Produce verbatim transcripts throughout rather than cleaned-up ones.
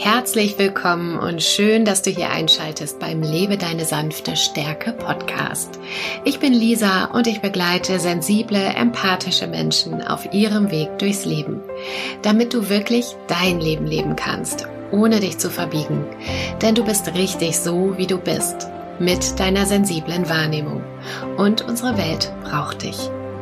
Herzlich willkommen und schön, dass du hier einschaltest beim Lebe deine sanfte Stärke Podcast. Ich bin Lisa und ich begleite sensible, empathische Menschen auf ihrem Weg durchs Leben, damit du wirklich dein Leben leben kannst, ohne dich zu verbiegen. Denn du bist richtig so, wie du bist, mit deiner sensiblen Wahrnehmung. Und unsere Welt braucht dich.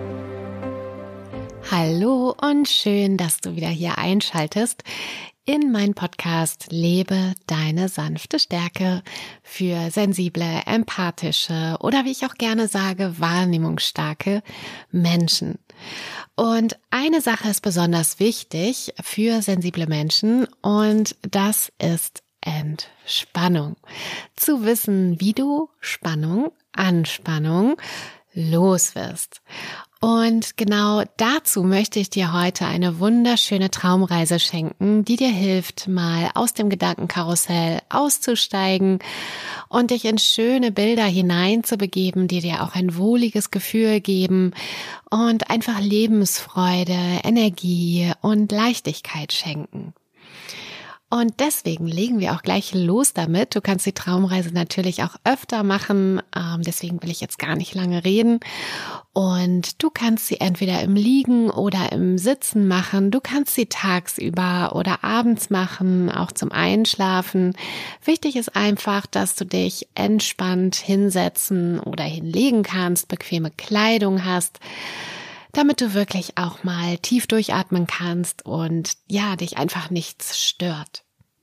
Hallo und schön, dass du wieder hier einschaltest in meinen Podcast Lebe deine sanfte Stärke für sensible, empathische oder wie ich auch gerne sage, wahrnehmungsstarke Menschen. Und eine Sache ist besonders wichtig für sensible Menschen und das ist Entspannung. Zu wissen, wie du Spannung, Anspannung loswirst. Und genau dazu möchte ich dir heute eine wunderschöne Traumreise schenken, die dir hilft, mal aus dem Gedankenkarussell auszusteigen und dich in schöne Bilder hineinzubegeben, die dir auch ein wohliges Gefühl geben und einfach Lebensfreude, Energie und Leichtigkeit schenken. Und deswegen legen wir auch gleich los damit. Du kannst die Traumreise natürlich auch öfter machen, ähm, deswegen will ich jetzt gar nicht lange reden. Und du kannst sie entweder im Liegen oder im Sitzen machen. Du kannst sie tagsüber oder abends machen, auch zum Einschlafen. Wichtig ist einfach, dass du dich entspannt hinsetzen oder hinlegen kannst, bequeme Kleidung hast, damit du wirklich auch mal tief durchatmen kannst und ja, dich einfach nichts stört.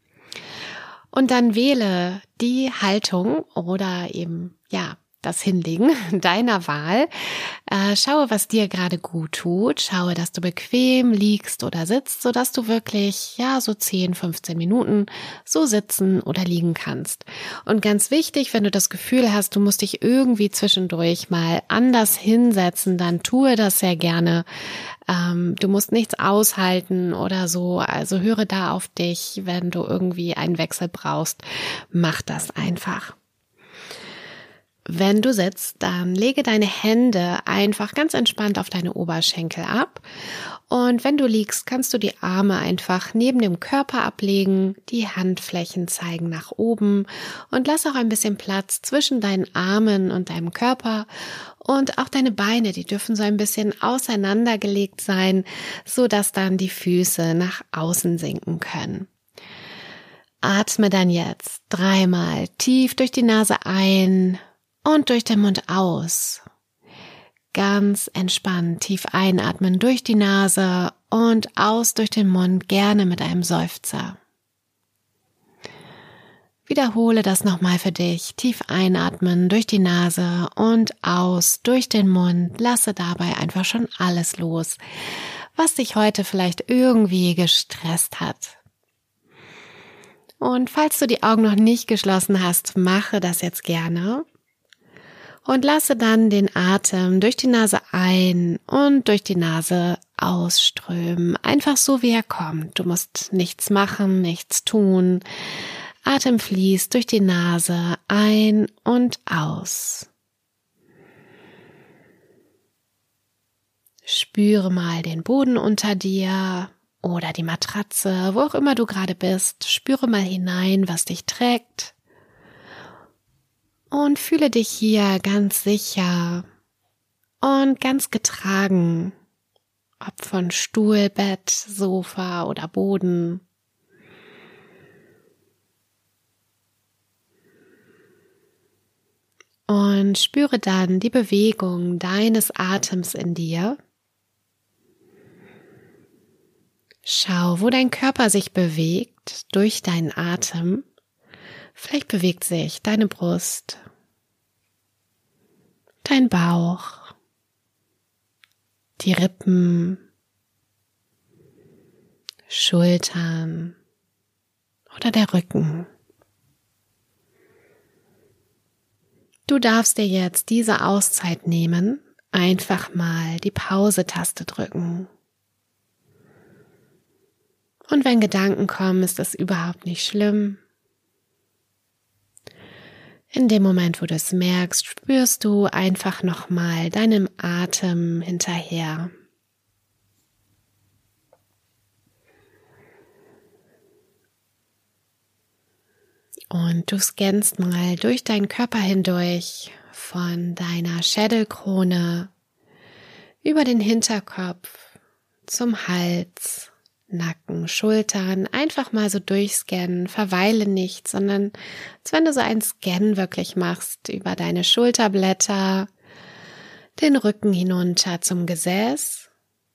Und dann wähle die Haltung oder eben, ja, das Hinlegen deiner Wahl. Äh, schaue, was dir gerade gut tut. Schaue, dass du bequem liegst oder sitzt, sodass du wirklich, ja, so zehn, fünfzehn Minuten so sitzen oder liegen kannst. Und ganz wichtig, wenn du das Gefühl hast, du musst dich irgendwie zwischendurch mal anders hinsetzen, dann tue das sehr gerne. Ähm, du musst nichts aushalten oder so. Also höre da auf dich, wenn du irgendwie einen Wechsel brauchst. Mach das einfach. Wenn du sitzt, dann lege deine Hände einfach ganz entspannt auf deine Oberschenkel ab. Und wenn du liegst, kannst du die Arme einfach neben dem Körper ablegen, die Handflächen zeigen nach oben und lass auch ein bisschen Platz zwischen deinen Armen und deinem Körper. Und auch deine Beine, die dürfen so ein bisschen auseinandergelegt sein, so dass dann die Füße nach außen sinken können. Atme dann jetzt dreimal tief durch die Nase ein und durch den Mund aus. Ganz entspannt tief einatmen durch die Nase und aus durch den Mund, gerne mit einem Seufzer. Wiederhole das nochmal für dich. Tief einatmen durch die Nase und aus durch den Mund. Lasse dabei einfach schon alles los, was dich heute vielleicht irgendwie gestresst hat. Und falls du die Augen noch nicht geschlossen hast, mache das jetzt gerne. Und lasse dann den Atem durch die Nase ein und durch die Nase ausströmen. Einfach so, wie er kommt. Du musst nichts machen, nichts tun. Atem fließt durch die Nase ein und aus. Spüre mal den Boden unter dir oder die Matratze, wo auch immer du gerade bist. Spüre mal hinein, was dich trägt. Und fühle dich hier ganz sicher und ganz getragen, ob von Stuhl, Bett, Sofa oder Boden. Und spüre dann die Bewegung deines Atems in dir. Schau, wo dein Körper sich bewegt durch deinen Atem. Vielleicht bewegt sich deine Brust, dein Bauch, die Rippen, Schultern oder der Rücken. Du darfst dir jetzt diese Auszeit nehmen, einfach mal die Pause-Taste drücken. Und wenn Gedanken kommen, ist das überhaupt nicht schlimm. In dem Moment, wo du es merkst, spürst du einfach nochmal deinem Atem hinterher. Und du scannst mal durch deinen Körper hindurch, von deiner Schädelkrone über den Hinterkopf zum Hals, Nacken, Schultern, einfach mal so durchscannen, verweile nicht, sondern als wenn du so einen Scan wirklich machst über deine Schulterblätter, den Rücken hinunter zum Gesäß.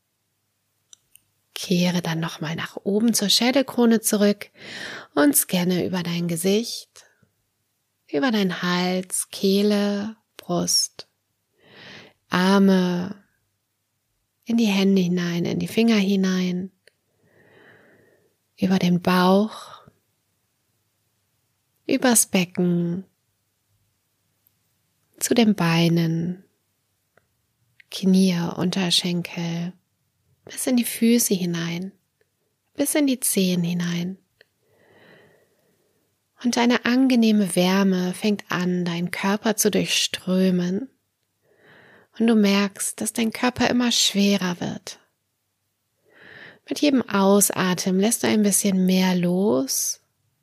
Kehre dann nochmal nach oben zur Schädelkrone zurück und scanne über dein Gesicht, über deinen Hals, Kehle, Brust, Arme, in die Hände hinein, in die Finger hinein, über den Bauch, übers Becken, zu den Beinen, Knie, Unterschenkel, bis in die Füße hinein, bis in die Zehen hinein. Und eine angenehme Wärme fängt an, deinen Körper zu durchströmen. Und du merkst, dass dein Körper immer schwerer wird. Mit jedem Ausatmen lässt du ein bisschen mehr los.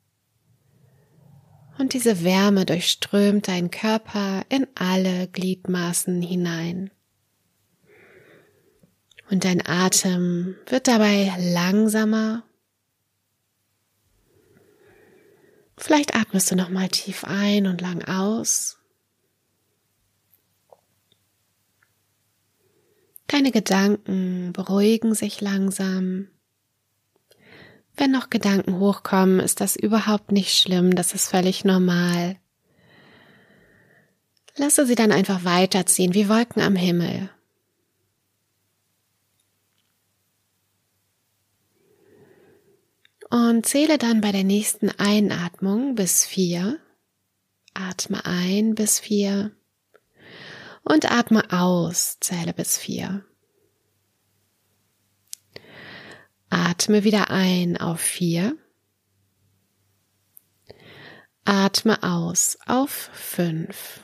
Und diese Wärme durchströmt deinen Körper in alle Gliedmaßen hinein. Und dein Atem wird dabei langsamer. Vielleicht atmest du nochmal tief ein und lang aus. Deine Gedanken beruhigen sich langsam. Wenn noch Gedanken hochkommen, ist das überhaupt nicht schlimm, das ist völlig normal. Lasse sie dann einfach weiterziehen wie Wolken am Himmel. Und zähle dann bei der nächsten Einatmung bis vier. Atme ein bis vier. Und atme aus, zähle bis vier. Atme wieder ein auf vier. Atme aus auf fünf.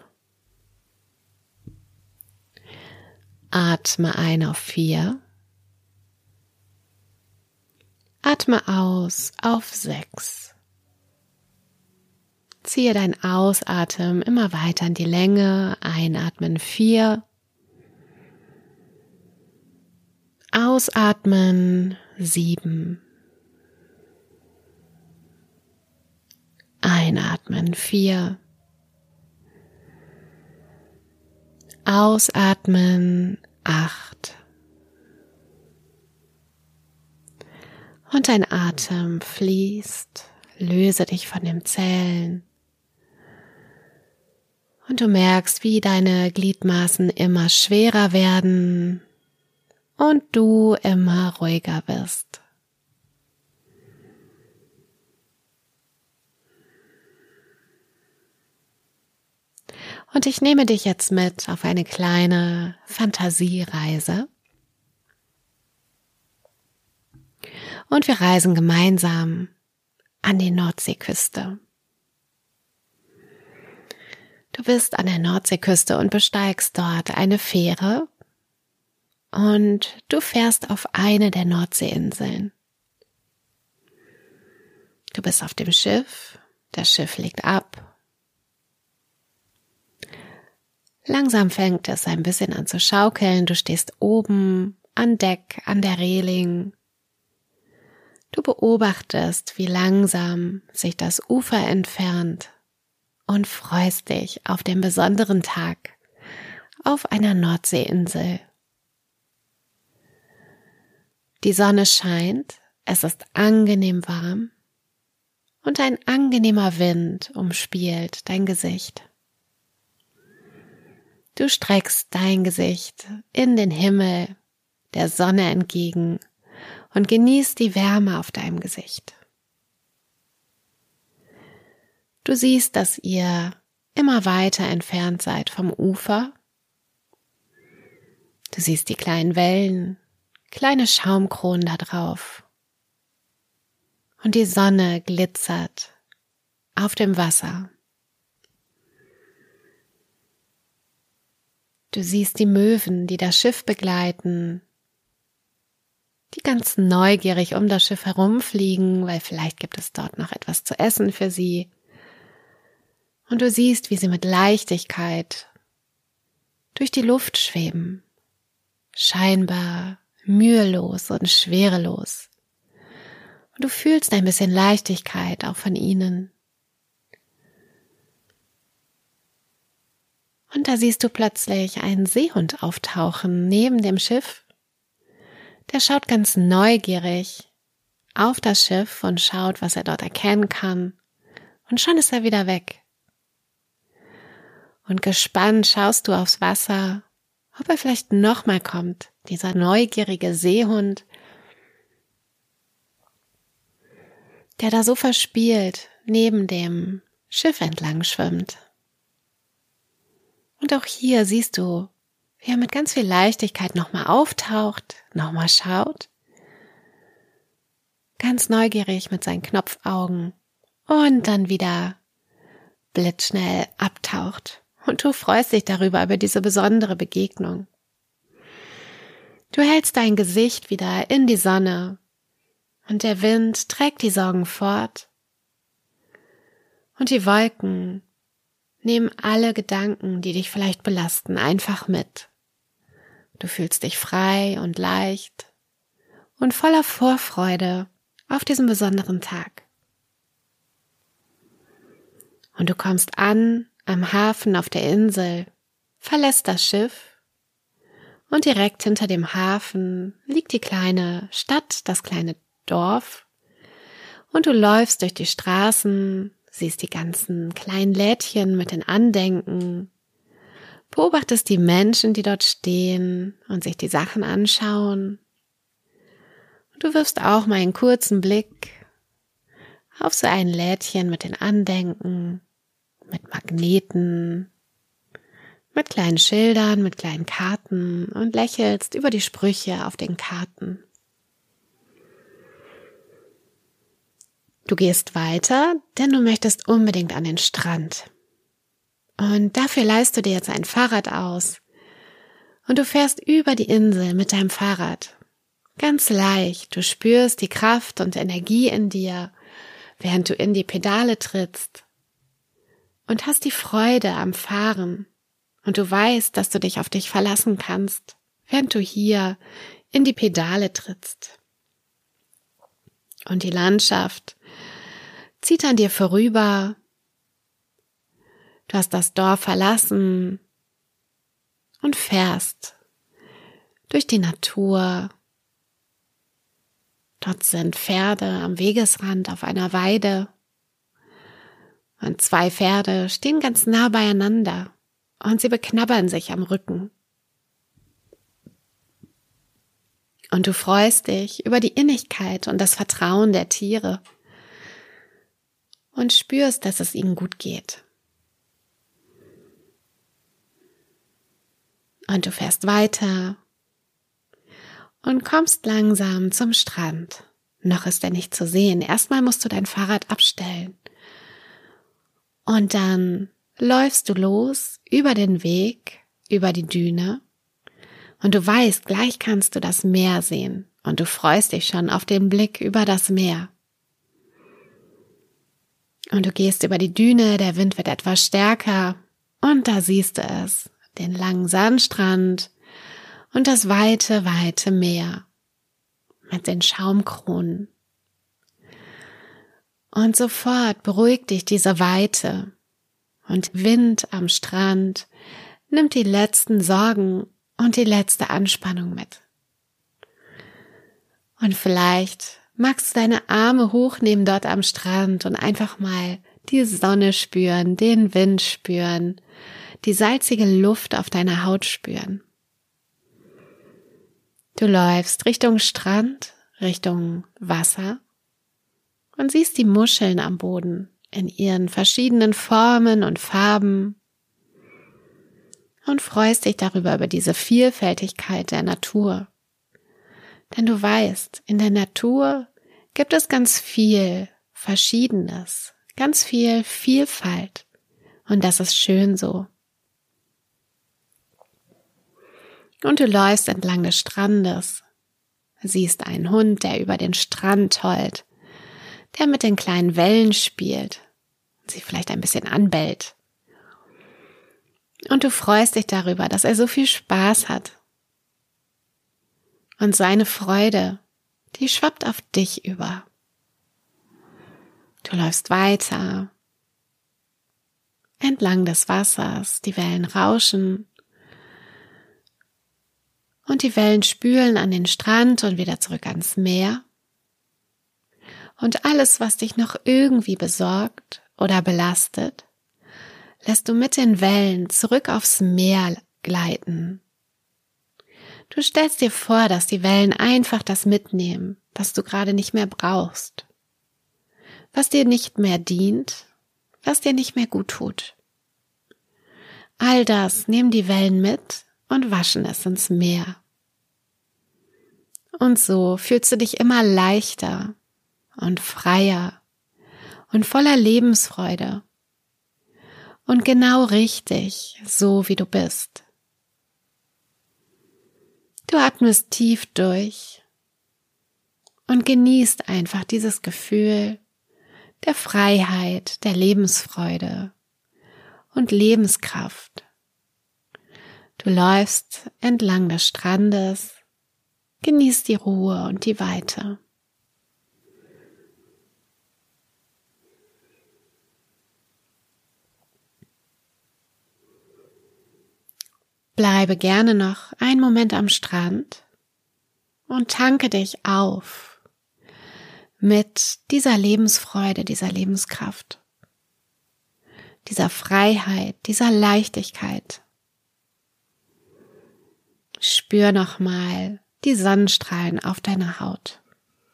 Atme ein auf vier. Atme aus auf sechs. Ziehe dein Ausatmen immer weiter in die Länge. Einatmen vier. Ausatmen sieben. Einatmen vier. Ausatmen acht. Und dein Atem fließt, löse dich von dem Zählen. Und du merkst, wie deine Gliedmaßen immer schwerer werden und du immer ruhiger wirst. Und ich nehme dich jetzt mit auf eine kleine Fantasiereise. Und wir reisen gemeinsam an die Nordseeküste. Du bist an der Nordseeküste und besteigst dort eine Fähre und du fährst auf eine der Nordseeinseln. Du bist auf dem Schiff, das Schiff legt ab. Langsam fängt es ein bisschen an zu schaukeln, du stehst oben an Deck, an der Reling. Du beobachtest, wie langsam sich das Ufer entfernt und freust dich auf den besonderen Tag auf einer Nordseeinsel. Die Sonne scheint, es ist angenehm warm und ein angenehmer Wind umspielt dein Gesicht. Du streckst dein Gesicht in den Himmel der Sonne entgegen und genießt die Wärme auf deinem Gesicht. Du siehst, dass ihr immer weiter entfernt seid vom Ufer. Du siehst die kleinen Wellen, kleine Schaumkronen da drauf. Und die Sonne glitzert auf dem Wasser. Du siehst die Möwen, die das Schiff begleiten, die ganz neugierig um das Schiff herumfliegen, weil vielleicht gibt es dort noch etwas zu essen für sie. Und du siehst, wie sie mit Leichtigkeit durch die Luft schweben, scheinbar mühelos und schwerelos. Und du fühlst ein bisschen Leichtigkeit auch von ihnen. Und da siehst du plötzlich einen Seehund auftauchen neben dem Schiff. Der schaut ganz neugierig auf das Schiff und schaut, was er dort erkennen kann. Und schon ist er wieder weg. Und gespannt schaust du aufs Wasser, ob er vielleicht nochmal kommt, dieser neugierige Seehund, der da so verspielt neben dem Schiff entlang schwimmt. Und auch hier siehst du, wie er mit ganz viel Leichtigkeit nochmal auftaucht, nochmal schaut, ganz neugierig mit seinen Knopfaugen und dann wieder blitzschnell abtaucht. Und du freust dich darüber, über diese besondere Begegnung. Du hältst dein Gesicht wieder in die Sonne und der Wind trägt die Sorgen fort und die Wolken nehmen alle Gedanken, die dich vielleicht belasten, einfach mit. Du fühlst dich frei und leicht und voller Vorfreude auf diesen besonderen Tag. Und du kommst an am Hafen auf der Insel, verlässt das Schiff und direkt hinter dem Hafen liegt die kleine Stadt, das kleine Dorf und du läufst durch die Straßen, siehst die ganzen kleinen Lädchen mit den Andenken, beobachtest die Menschen, die dort stehen und sich die Sachen anschauen. Und du wirfst auch mal einen kurzen Blick auf so ein Lädchen mit den Andenken, mit Magneten, mit kleinen Schildern, mit kleinen Karten und lächelst über die Sprüche auf den Karten. Du gehst weiter, denn du möchtest unbedingt an den Strand. Und dafür leihst du dir jetzt ein Fahrrad aus. Und du fährst über die Insel mit deinem Fahrrad. Ganz leicht, du spürst die Kraft und Energie in dir, während du in die Pedale trittst. Und hast die Freude am Fahren. Und du weißt, dass du dich auf dich verlassen kannst, während du hier in die Pedale trittst. Und die Landschaft zieht an dir vorüber. Du hast das Dorf verlassen und fährst durch die Natur. Dort sind Pferde am Wegesrand auf einer Weide. Und zwei Pferde stehen ganz nah beieinander und sie beknabbern sich am Rücken. Und du freust dich über die Innigkeit und das Vertrauen der Tiere und spürst, dass es ihnen gut geht. Und du fährst weiter und kommst langsam zum Strand. Noch ist er nicht zu sehen. Erstmal musst du dein Fahrrad abstellen. Und dann läufst du los über den Weg, über die Düne. Und du weißt, gleich kannst du das Meer sehen. Und du freust dich schon auf den Blick über das Meer. Und du gehst über die Düne, der Wind wird etwas stärker. Und da siehst du es, den langen Sandstrand und das weite, weite Meer mit den Schaumkronen. Und sofort beruhigt dich diese Weite. Und Wind am Strand nimmt die letzten Sorgen und die letzte Anspannung mit. Und vielleicht magst du deine Arme hochnehmen dort am Strand und einfach mal die Sonne spüren, den Wind spüren, die salzige Luft auf deiner Haut spüren. Du läufst Richtung Strand, Richtung Wasser und siehst die Muscheln am Boden in ihren verschiedenen Formen und Farben und freust dich darüber, über diese Vielfältigkeit der Natur. Denn du weißt, in der Natur gibt es ganz viel Verschiedenes, ganz viel Vielfalt und das ist schön so. Und du läufst entlang des Strandes, siehst einen Hund, der über den Strand tollt, der mit den kleinen Wellen spielt, sie vielleicht ein bisschen anbellt Und du freust dich darüber, dass er so viel Spaß hat. Und seine Freude, die schwappt auf dich über. Du läufst weiter, entlang des Wassers, die Wellen rauschen und die Wellen spülen an den Strand und wieder zurück ans Meer. Und alles, was dich noch irgendwie besorgt oder belastet, lässt du mit den Wellen zurück aufs Meer gleiten. Du stellst dir vor, dass die Wellen einfach das mitnehmen, was du gerade nicht mehr brauchst, was dir nicht mehr dient, was dir nicht mehr gut tut. All das nehmen die Wellen mit und waschen es ins Meer. Und so fühlst du dich immer leichter und freier und voller Lebensfreude und genau richtig, so wie du bist. Du atmest tief durch und genießt einfach dieses Gefühl der Freiheit, der Lebensfreude und Lebenskraft. Du läufst entlang des Strandes, genießt die Ruhe und die Weite. Bleibe gerne noch einen Moment am Strand und tanke dich auf mit dieser Lebensfreude, dieser Lebenskraft, dieser Freiheit, dieser Leichtigkeit. Spür nochmal die Sonnenstrahlen auf deiner Haut.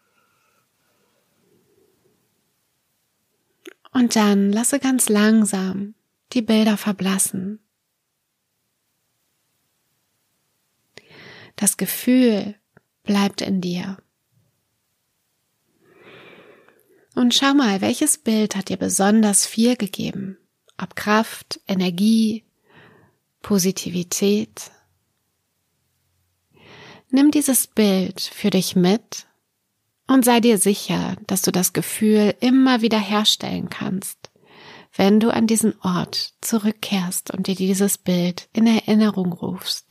Und dann lasse ganz langsam die Bilder verblassen. Das Gefühl bleibt in dir. Und schau mal, welches Bild hat dir besonders viel gegeben? Ob Kraft, Energie, Positivität? Nimm dieses Bild für dich mit und sei dir sicher, dass du das Gefühl immer wieder herstellen kannst, wenn du an diesen Ort zurückkehrst und dir dieses Bild in Erinnerung rufst.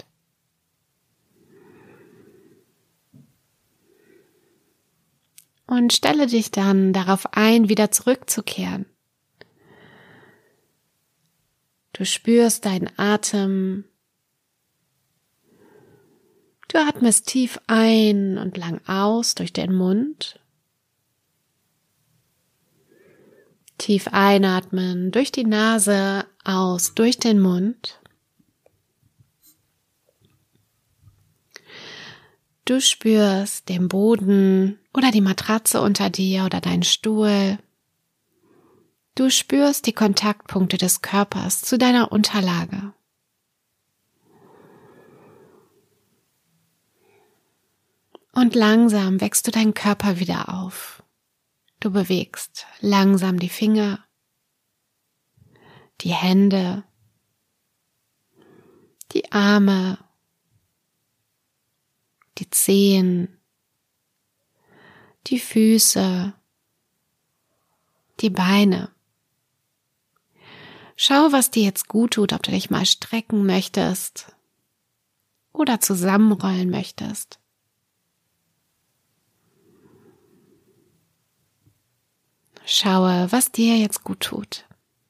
Und stelle dich dann darauf ein, wieder zurückzukehren. Du spürst deinen Atem. Du atmest tief ein und lang aus durch den Mund. Tief einatmen durch die Nase, aus durch den Mund. Du spürst den Boden oder die Matratze unter dir oder deinen Stuhl. Du spürst die Kontaktpunkte des Körpers zu deiner Unterlage. Und langsam wächst du deinen Körper wieder auf. Du bewegst langsam die Finger, die Hände, die Arme, die Zehen, die Füße, die Beine. Schau, was dir jetzt gut tut, ob du dich mal strecken möchtest oder zusammenrollen möchtest. Schaue, was dir jetzt gut tut.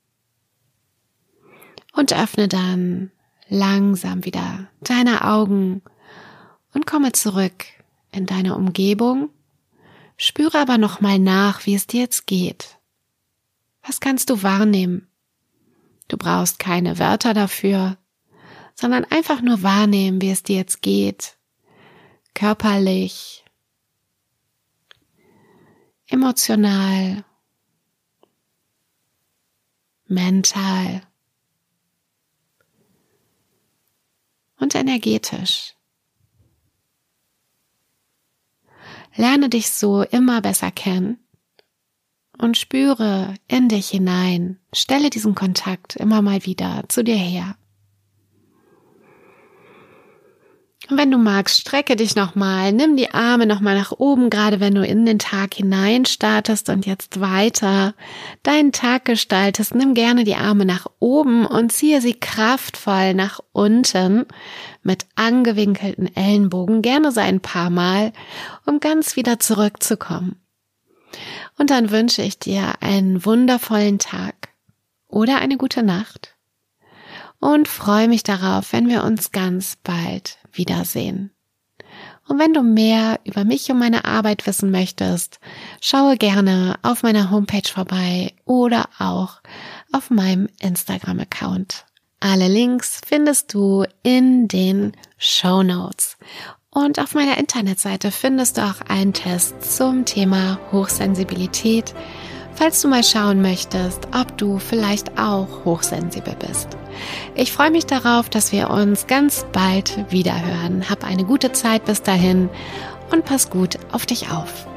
Und öffne dann langsam wieder deine Augen und komme zurück in deine Umgebung. Spüre aber nochmal nach, wie es dir jetzt geht. Was kannst du wahrnehmen? Du brauchst keine Wörter dafür, sondern einfach nur wahrnehmen, wie es dir jetzt geht. Körperlich, emotional, mental und energetisch. Lerne dich so immer besser kennen und spüre in dich hinein. Stelle diesen Kontakt immer mal wieder zu dir her. Und wenn du magst, strecke dich nochmal, nimm die Arme nochmal nach oben, gerade wenn du in den Tag hinein startest und jetzt weiter deinen Tag gestaltest. Nimm gerne die Arme nach oben und ziehe sie kraftvoll nach unten mit angewinkelten Ellenbogen, gerne so ein paar Mal, um ganz wieder zurückzukommen. Und dann wünsche ich dir einen wundervollen Tag oder eine gute Nacht und freue mich darauf, wenn wir uns ganz bald wiedersehen. Und wenn du mehr über mich und meine Arbeit wissen möchtest, schaue gerne auf meiner Homepage vorbei oder auch auf meinem Instagram-Account. Alle Links findest du in den Shownotes. Und auf meiner Internetseite findest du auch einen Test zum Thema Hochsensibilität, falls du mal schauen möchtest, ob du vielleicht auch hochsensibel bist. Ich freue mich darauf, dass wir uns ganz bald wiederhören. Hab eine gute Zeit bis dahin und pass gut auf dich auf.